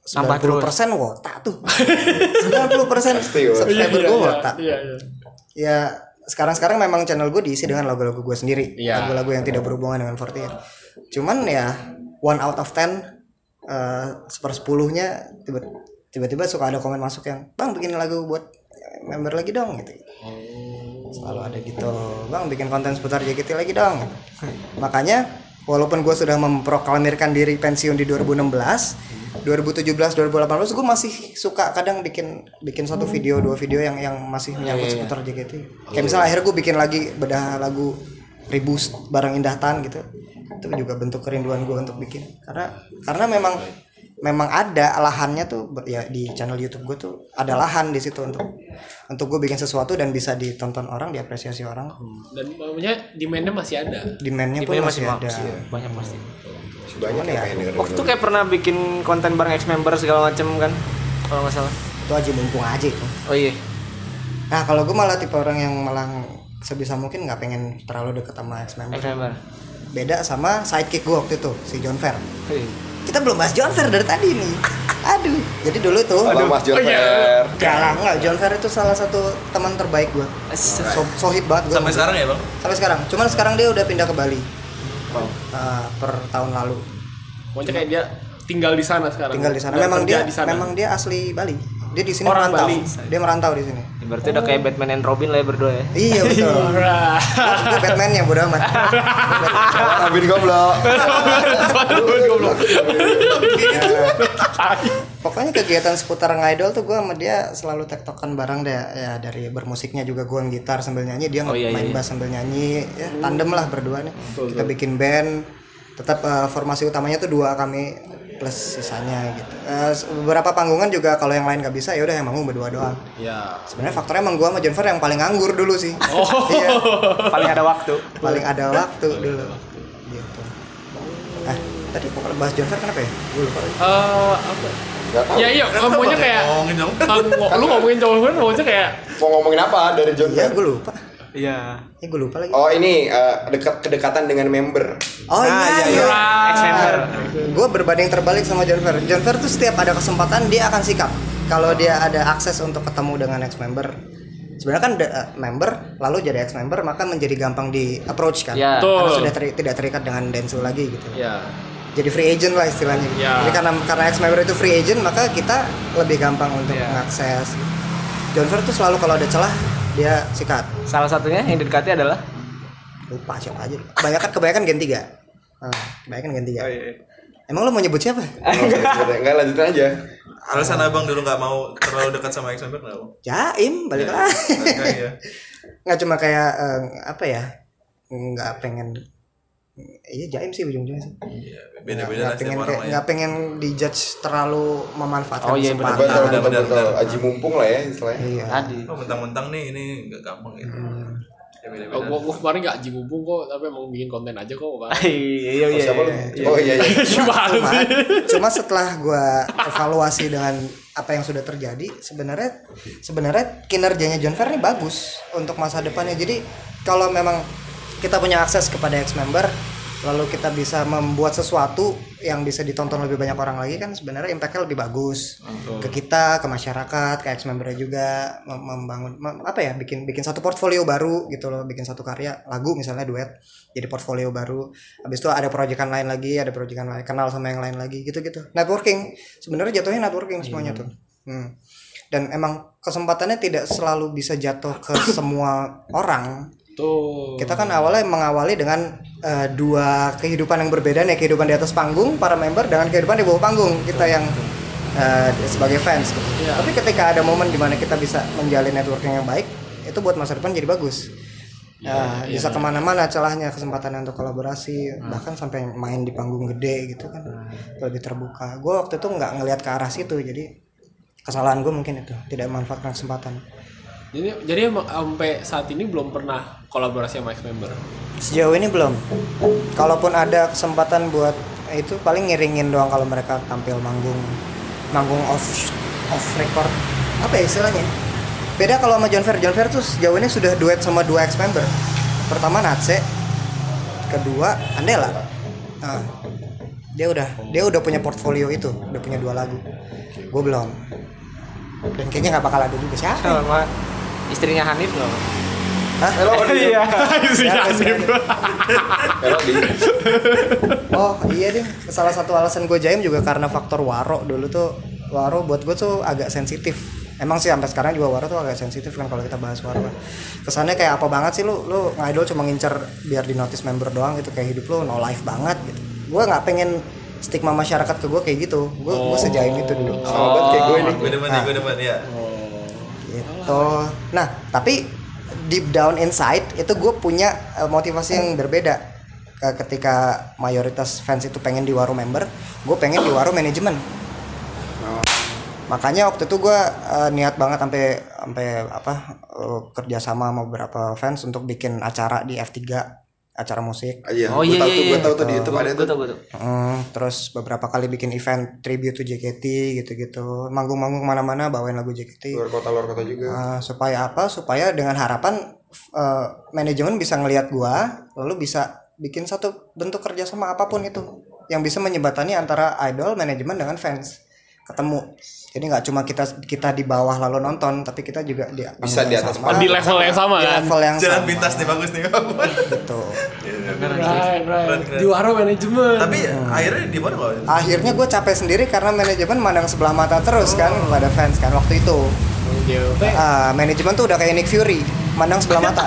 Nambah terus. 90% wota tuh. 90% subscriber gue wota. Iya. Ya sekarang memang channel gue diisi dengan lagu-lagu gue sendiri, Iya. lagu-lagu yang tidak berhubungan dengan 48. Cuman ya 1 out of 10 seper-10-nya tiba-tiba suka ada komen masuk yang, "Bang, bikin lagu buat member lagi dong," gitu. Selalu ada gitu, "Bang, bikin konten seputar JKT lagi dong." Makanya walaupun gue sudah memproklamirkan diri pensiun di 2016, 2017, 2018 gue masih suka kadang bikin satu video, 2 video yang masih menyangkut seputar JKT. Kayak misalnya akhirnya gue bikin lagi bedah lagu Ribus bareng Indah Tan gitu. Itu juga bentuk kerinduan gue untuk bikin. Karena memang ada lahannya tuh ya, di channel YouTube gue tuh ada lahan di situ untuk gue bikin sesuatu dan bisa ditonton orang, diapresiasi orang. Dan maksudnya demand-nya masih ada. Demand-nya pun Tipenya masih ada. banyak pasti. Banyak ya? yang denger. Waktu itu kayak pernah bikin konten bareng ex-member segala macem kan, kalau nggak salah. Itu aja mumpung aja itu. Oh iya. Nah kalau gue malah tipe orang yang malah sebisa mungkin nggak pengen terlalu deket sama ex-member. Ex-member. Beda sama sidekick gue waktu itu, si John Fair. Hei. Kita belum bahas John Fair dari tadi nih. Aduh. Jadi dulu tuh Halo Mas John Oh, iya. Fair. enggak, John Fair itu salah satu teman terbaik gue. Sohib banget gue. Sampai sekarang ya, Bang? Sampai sekarang. Cuman sekarang dia udah pindah ke Bali. Wow. Per tahun lalu. Maksudnya kayak dia tinggal di sana sekarang. Tinggal di sana. Dan Memang kerja dia di sana. memang dia asli Bali. Dia di sini Orang merantau. Bali. Dia merantau di sini. Berarti udah kayak Batman and Robin lah ya berdua ya. Iya betul. Alright. Gue Batman-nya bodo amat. Abin goblok. Pokoknya kegiatan seputar ngidol tuh gue sama dia selalu tektokan bareng deh ya, dari bermusiknya juga gue gitar sambil nyanyi, dia main bass sambil nyanyi ya, tandem lah berdua nih. Kita bikin band, tetap formasi utamanya tuh 2 kami plus sisanya gitu. Beberapa panggungan juga kalau yang lain gak bisa ya udah yang manggung berdua doang. Ya. Sebenarnya faktornya emang gue sama Jennifer yang paling nganggur dulu sih. Iya, Paling ada waktu. paling ada waktu dulu gitu. Tadi kok bahas Jennifer kenapa ya? Gue lupa lagi. Apa? Gak tahu. Ya iya, ngomongnya kayak Ngomongin dong. lu ngomongin cowok gue, ngomongnya kayak Mau ngomongin apa dari John Iya Fair? gue lupa. Iya. Gue lupa lagi. Oh ini kedekatan dengan member. Oh iya. Ex-member. Gue berbanding terbalik sama John Fair. John Fair tuh setiap ada kesempatan dia akan sikap. Kalau dia ada akses untuk ketemu dengan ex member, sebenarnya kan member lalu jadi ex member maka menjadi gampang di approach kan. Ya. Karena Betul. sudah tidak terikat dengan Densu lagi gitu. ya. Jadi free agent lah istilahnya. Ya. Jadi karena ex member itu free agent maka kita lebih gampang untuk mengakses. John Fair tuh selalu kalau ada celah dia sikat. Salah satunya yang didekati adalah Lupa siapa aja. Kebanyakan Gen 3. Kebanyakan Gen 3. Oh, iya. Emang lo mau nyebut siapa? Enggak, lanjutin aja. Alasan abang dulu nggak mau terlalu dekat sama ex member nggak, Bang? Jaim balik lagi. Ya. Nggak cuma kayak apa ya, nggak pengen, iya jaim sih ujung-ujungnya sih. Iya, beda-beda lah setiap orang lah ya. Nggak pengen dijudge terlalu memanfaatkan Oh, iya, kesempatan. Betul. Aji mumpung lah ya istilahnya. Iya. tadi. Oh, mentang-mentang nih ini nggak gampang gitu. Ya beda-beda. Gua kemarin gak jingubung kok, tapi emang bikin konten aja kok Bang. Iya iya. Siapa lu? Oh iya. Gimana Cuma, sih? cuma setelah gue evaluasi dengan apa yang sudah terjadi, sebenarnya kinerjanya John Fair ini bagus untuk masa depannya. Jadi kalau memang kita punya akses kepada ex member, lalu kita bisa membuat sesuatu yang bisa ditonton lebih banyak orang lagi, kan sebenarnya impactnya lebih bagus ke kita, ke masyarakat, ke ex membernya juga, membangun bikin satu portfolio baru gitu loh, bikin satu karya lagu misalnya duet jadi portfolio baru, habis itu ada proyekan lain lagi, ada proyekan lain, kenal sama yang lain lagi gitu networking, sebenarnya jatuhnya networking semuanya tuh. Dan emang kesempatannya tidak selalu bisa jatuh ke semua orang. Tuh. Kita kan awalnya mengawali dengan 2 kehidupan yang berbeda nih, kehidupan di atas panggung para member dengan kehidupan di bawah panggung kita yang sebagai fans gitu. Yeah. Tapi ketika ada momen di mana kita bisa menjalin networking yang baik, itu buat masa depan jadi bagus. Bisa kemana-mana celahnya, kesempatan untuk kolaborasi, bahkan sampai main di panggung gede gitu kan, lebih terbuka. Gue waktu itu nggak ngelihat ke arah situ, jadi kesalahan gue mungkin itu tidak memanfaatkan kesempatan. Jadi emang sampai saat ini belum pernah kolaborasi sama ex member. Sejauh ini belum. Kalaupun ada kesempatan buat itu paling ngiringin doang kalau mereka tampil manggung off record. Apa ya istilahnya? Beda kalau sama John Fair tuh sejauh ini sudah duet sama 2 ex member. Pertama Natse, kedua Andela. Dia udah punya portfolio itu, udah punya 2 lagu. Gue belum. Dan kayaknya nggak bakal ada juga siapa. Sama istrinya Hanif loh. Hah? Iya. Siapa sih? Kalau di Oh iya deh, salah satu alasan gue jaim juga karena faktor Waro. Dulu tuh Waro buat gue tuh agak sensitif. Emang sih sampai sekarang juga Waro tuh agak sensitif kan kalau kita bahas Waro kan. Kesannya kayak apa banget sih lu ngidol cuma ngincer biar di notice member doang gitu, kayak hidup lu no life banget gitu. Gue nggak pengen stigma masyarakat ke gue kayak gitu. Gue sejaim itu dulu. sama banget kayak gue ini. Gue demen ya. Gitu. Nah, tapi deep down inside itu gue punya motivasi yang berbeda. Ketika mayoritas fans itu pengen di Waro member, gue pengen di Waro manajemen. Makanya waktu itu gue niat banget sampai kerja sama beberapa fans untuk bikin acara di F3, acara musik. Iya, Oh, iya, gue iya. tahu tuh di YouTube ada tuh. Gue tau. Terus beberapa kali bikin event tribute to JKT gitu-gitu, manggung-manggung kemana-mana bawain lagu JKT. Luar kota juga. Supaya apa? Supaya dengan harapan manajemen bisa ngelihat gua, lalu bisa bikin satu bentuk kerjasama apapun itu yang bisa menjembatani antara idol, manajemen dengan fans ketemu. Jadi nggak cuma kita di bawah lalu nonton, tapi kita juga Bisa di atas Di level yang sama di kan. level yang Jalan sama. pintas nih bagus nih. Gitu. Right. Di Waro manajemen. Tapi akhirnya di mana kalau? Akhirnya gue capek sendiri karena manajemen mandang sebelah mata terus kan pada fans kan waktu itu. Manajemen tuh udah kayak Nick Fury, mandang sebelah mata.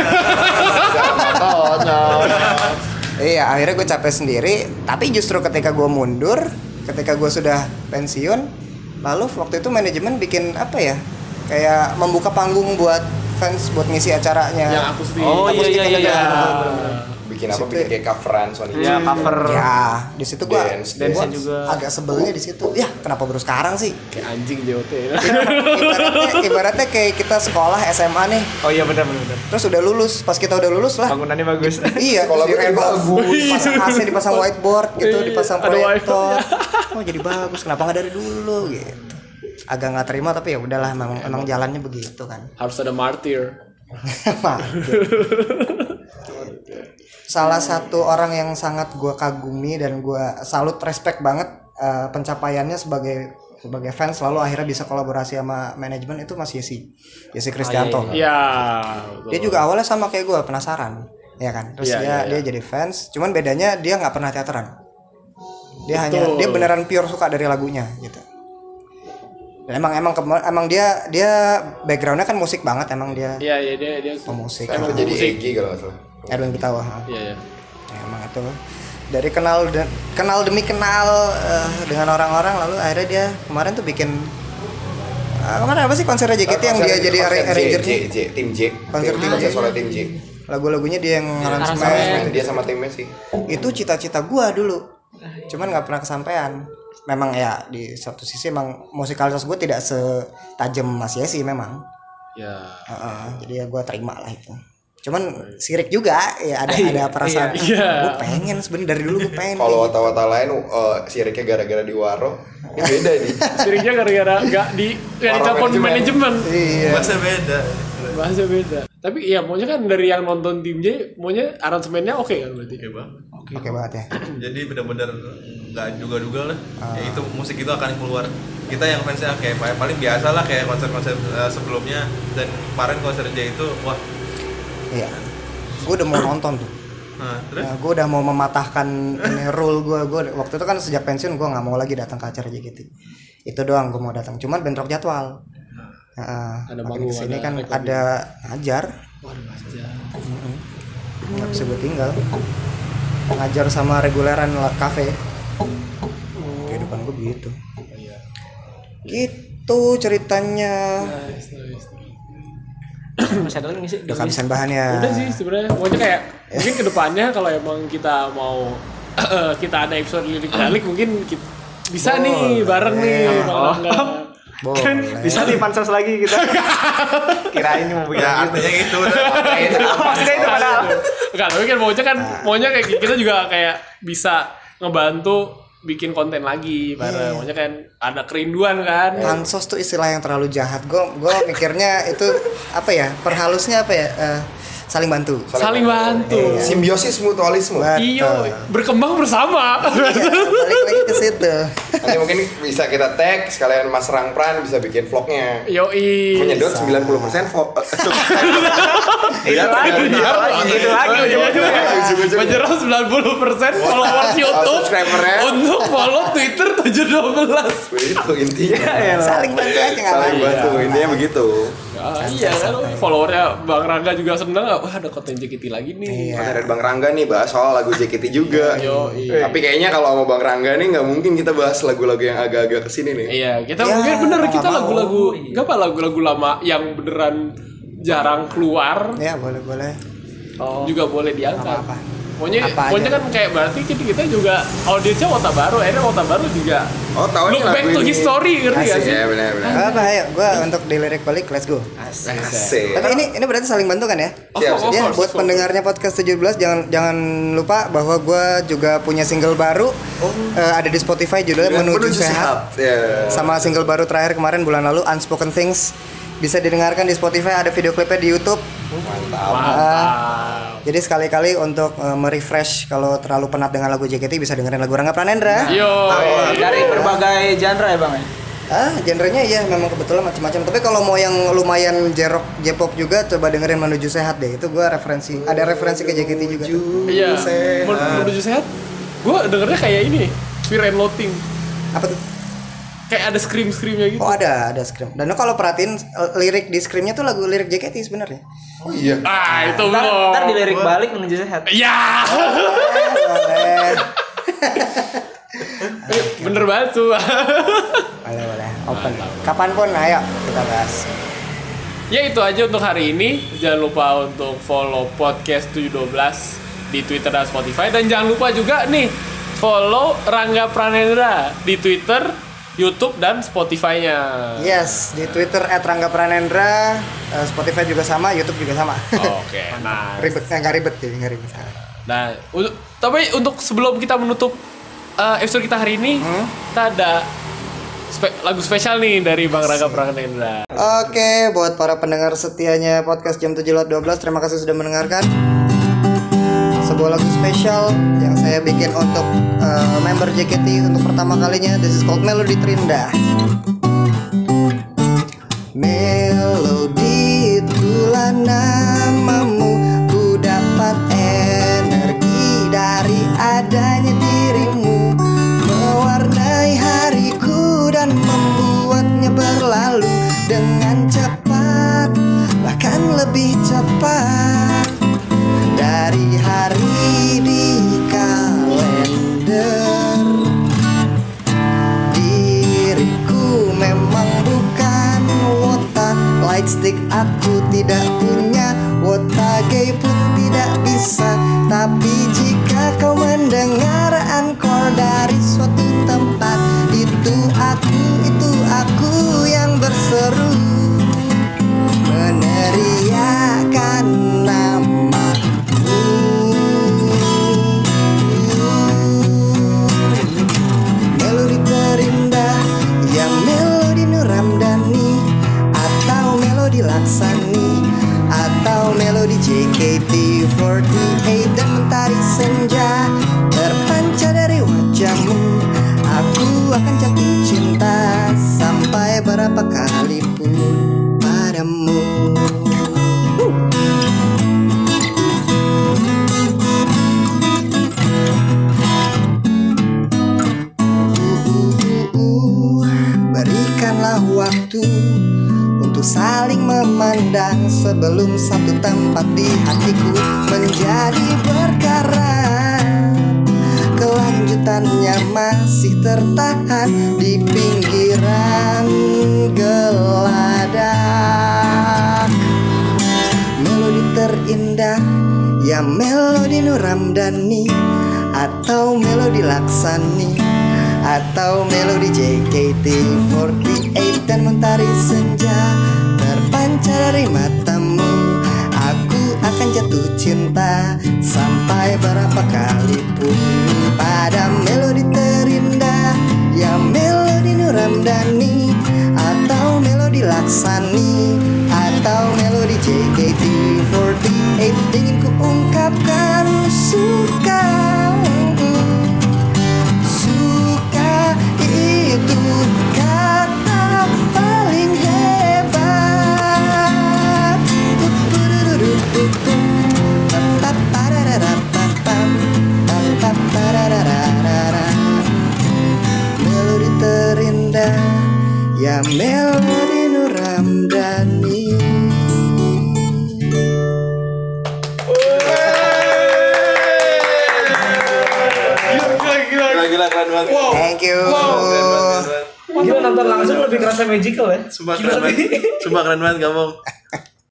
Iya, akhirnya gue capek sendiri. Tapi justru ketika gue mundur, ketika gue sudah pensiun, lalu waktu itu manajemen bikin apa ya? Kayak membuka panggung buat fans buat ngisi acaranya. Yang aku sedih. Oh Aku iya sedikit iya. aja. Bikin apa? Bikin kayak coveran Sony. Iya, cover. Ya, di situ gue Dance juga. agak sebelnya di situ. Ya, kenapa baru sekarang sih? Kayak anjing JOT. Ibaratnya kayak kita sekolah SMA nih, Oh iya benar. terus udah lulus. Pas kita udah lulus lah. Bangunannya bagus. Iya, Sekolah terus gue di-renovasi, bagus. dipasang AC, dipasang whiteboard gitu, dipasang Ada proyektor. Oh jadi bagus, kenapa nggak dari dulu gitu? Agak nggak terima tapi ya udahlah, emang jalannya begitu kan. Harus ada martir. Salah satu orang yang sangat gue kagumi dan gue salut, respect banget pencapaiannya sebagai fans, lalu akhirnya bisa kolaborasi sama manajemen itu Mas Yesi Kristianto. Iya. Dia juga awalnya sama kayak gue, penasaran, ya kan. Terus dia jadi fans, cuman bedanya dia nggak pernah teateran. Dia beneran pure suka dari lagunya gitu. Dan emang dia backgroundnya kan musik banget, emang dia Iya dia pemusik. emang Jadi musik. Egi kalau nggak salah. Edwin Pitawa. Iya. Ya, emang itu dari kenal demi kenal dengan orang-orang, lalu akhirnya dia kemarin tuh bikin kemarin apa sih konser JKT yang dia jadi arrangernya, tim J. Konser tim J. Soalnya tim J. lagu-lagunya dia yang aransemen gitu. Dia sama timnya sih. Itu cita-cita gua dulu, cuman nggak pernah kesampaian. Memang ya di satu sisi emang musikalitas gue tidak setajam Mas Yesi memang. Ya. Jadi ya gue terima lah itu. Cuman sirik juga ya, ada perasaan. Iya. Gue pengen sebenarnya dari dulu gue pengen. Kalau wata-wata lain siriknya gara-gara di Waro. Ini beda nih. Siriknya gara-gara nggak ditelepon manajemen. Iya. Bahasa beda. Tapi ya maunya kan dari yang nonton tim J, maunya aransemennya oke kan berarti. Oke bang. Oke banget ya. Jadi benar-benar nggak duga-duga lah. Ya itu musik itu akan keluar. Kita yang fansnya kayak paling biasa lah kayak konser-konser sebelumnya, dan kemarin konser J itu wah. Iya. Gue udah mau nonton tuh. Terus? Nah, gue udah mau mematahkan ini rule gue waktu itu kan sejak pensiun gue nggak mau lagi datang ke acara JKT. Itu doang gue mau datang. Cuman bentrok jadwal. Ada makin manggung, kesini ada kan recording. ada ngajar. Waduh aja. Nggak bisa gue tinggal. Ngajar sama reguleran kafe. Kehidupan gue begitu. Gitu ceritanya. Nice. Masih ada lagi nggak sih? Udah kehabisan bahannya. Udah sih sebenarnya. Maunya kayak mungkin kedepannya kalau emang kita mau kita ada episode lirik balik mungkin bisa nih bareng nih kalau enggak. Kan bisa nih pansos lagi kita. Kirain mau bikin Ya gitu. artinya itu. Maksudnya itu padahal. Enggak, tapi kan maunya kayak kita juga kayak bisa ngebantu bikin konten lagi bareng. Maunya kan ada kerinduan kan. Pansos tuh istilah yang terlalu jahat. Gue mikirnya itu apa ya? Perhalusnya apa ya? saling bantu. Saling bantu. Simbiosis mutualisme. Iyo, berkembang bersama. Iya, balik lagi ke situ. Nanti mungkin bisa kita tag sekalian Mas Rangpran bisa bikin vlognya. Yoi. Menyedot 90% vlog. Itu lagi ujung-ujungnya. Menyerap 90% followers YouTube subscribernya. untuk follow Twitter 712. Itu intinya. Saling bantu aja nggak Saling apa-apa. bantu, intinya begitu. Iya kan followernya Bang Rangga juga seneng. Wah ada konten JKT lagi nih. Ada Bang Rangga nih bahas soal lagu JKT juga. Yoi. Tapi kayaknya kalau sama Bang Rangga nih nggak mungkin kita bahas lagu-lagu yang agak-agak kesini nih. Iya kita Ya, mungkin bener nggak kita mau. lagu-lagu nggak apa lagu-lagu lama yang beneran jarang keluar Ya boleh. juga boleh diangkat. Nggak apa-apa. Pokoknya Apa pokoknya aja. kan kayak berarti kita juga audiensnya Wota Baru, akhirnya Wota Baru juga Oh, tahu nih look back lagu to ini. history, ngerti gak sih? Iya benar-benar. Apa ayo, gue untuk dilirik balik, let's go. Asik. Tapi ini berarti saling bantu kan ya? Siap, siap. Ya, buat pendengarnya podcast 17 jangan lupa bahwa gue juga punya single baru ada di Spotify judulnya Menuju Sehat. Ya. Sama single baru terakhir kemarin bulan lalu Unspoken Things bisa didengarkan di Spotify, ada video klipnya di YouTube. Mantap. Jadi sekali-kali untuk merefresh kalau terlalu penat dengan lagu JKT bisa dengerin lagu Rangga Pranendra. Yo. Dari berbagai genre ya bang ya. Genrenya iya memang kebetulan macam-macam. Tapi kalau mau yang lumayan J-pop juga coba dengerin Menuju Sehat deh. Itu gua referensi. Ada referensi ke JKT juga tuh. Iya. Menuju sehat. Gue dengernya kayak ini, Fear and Loathing. Apa tuh? Kayak ada scream-screamnya gitu. Oh ada scream. Dan lo kalau perhatiin lirik di screamnya tuh lagu lirik JKT sebenarnya. Oh iya. Ah, itu Ntar belum. dilirik balik menuju sehat. Ya. Boleh. Bener banget tuh. Boleh. Open. Kapanpun ayo kita bahas. Ya itu aja untuk hari ini. Jangan lupa untuk follow podcast 712 di Twitter dan Spotify. Dan jangan lupa juga nih follow Rangga Pranendra di Twitter, YouTube dan Spotify-nya. Yes, di Twitter @ranggapranendra, Spotify juga sama, YouTube juga sama. Oke, nah. Nggak ribet. Nah, tapi untuk sebelum kita menutup episode kita hari ini, kita ada lagu spesial nih dari Bang Rangga Pranendra. Oke, buat para pendengar setianya podcast jam 7.12, terima kasih sudah mendengarkan. Sebuah lagu spesial yang saya bikin untuk member JKT untuk pertama kalinya. This is called Melody Terindah. Melody itulah namamu, ku dapat energi dari adanya dirimu, mewarnai hariku dan membuatnya berlalu dengan cepat, bahkan lebih cepat dari hari di kalender. Diriku memang bukan wota lightstick, aku tidak punya wota gay pun tidak bisa. Tapi jika kau mendengar encore dari suatu tempat, itu aku yang berseru, meneriakan namamu. Melodi terindah, ya Melodi Nur Ramdhani, atau Melodi Laksani, atau Melodi JKT48 dan Mentari Senja terpancar dari wajahmu. Aku akan jatuh cinta sampai berapa kali pun padamu. Berikanlah waktu untuk saling memandang sebelum satu tempat di hatiku menjadi berkarat. Kelanjutannya masih tertahan di pinggiran geladak. Melodi terindah, ya Melodi Nur Ramdhani, atau Melodi Laksani, atau Melodi JKT48 dan Mentari Senja terpancar dari matamu. Aku akan jatuh cinta sampai berapa kali pun pada Melodi terindah, ya Melodi Nur Ramdhani, atau Melodi Laksani, atau Melodi JKT48 Ya Melody Nur Ramdhani. Gila keren banget. Thank you. Keren banget. Gila nonton langsung lebih kerasa magical ya. Sumpah keren banget. Sumpah keren banget kamu.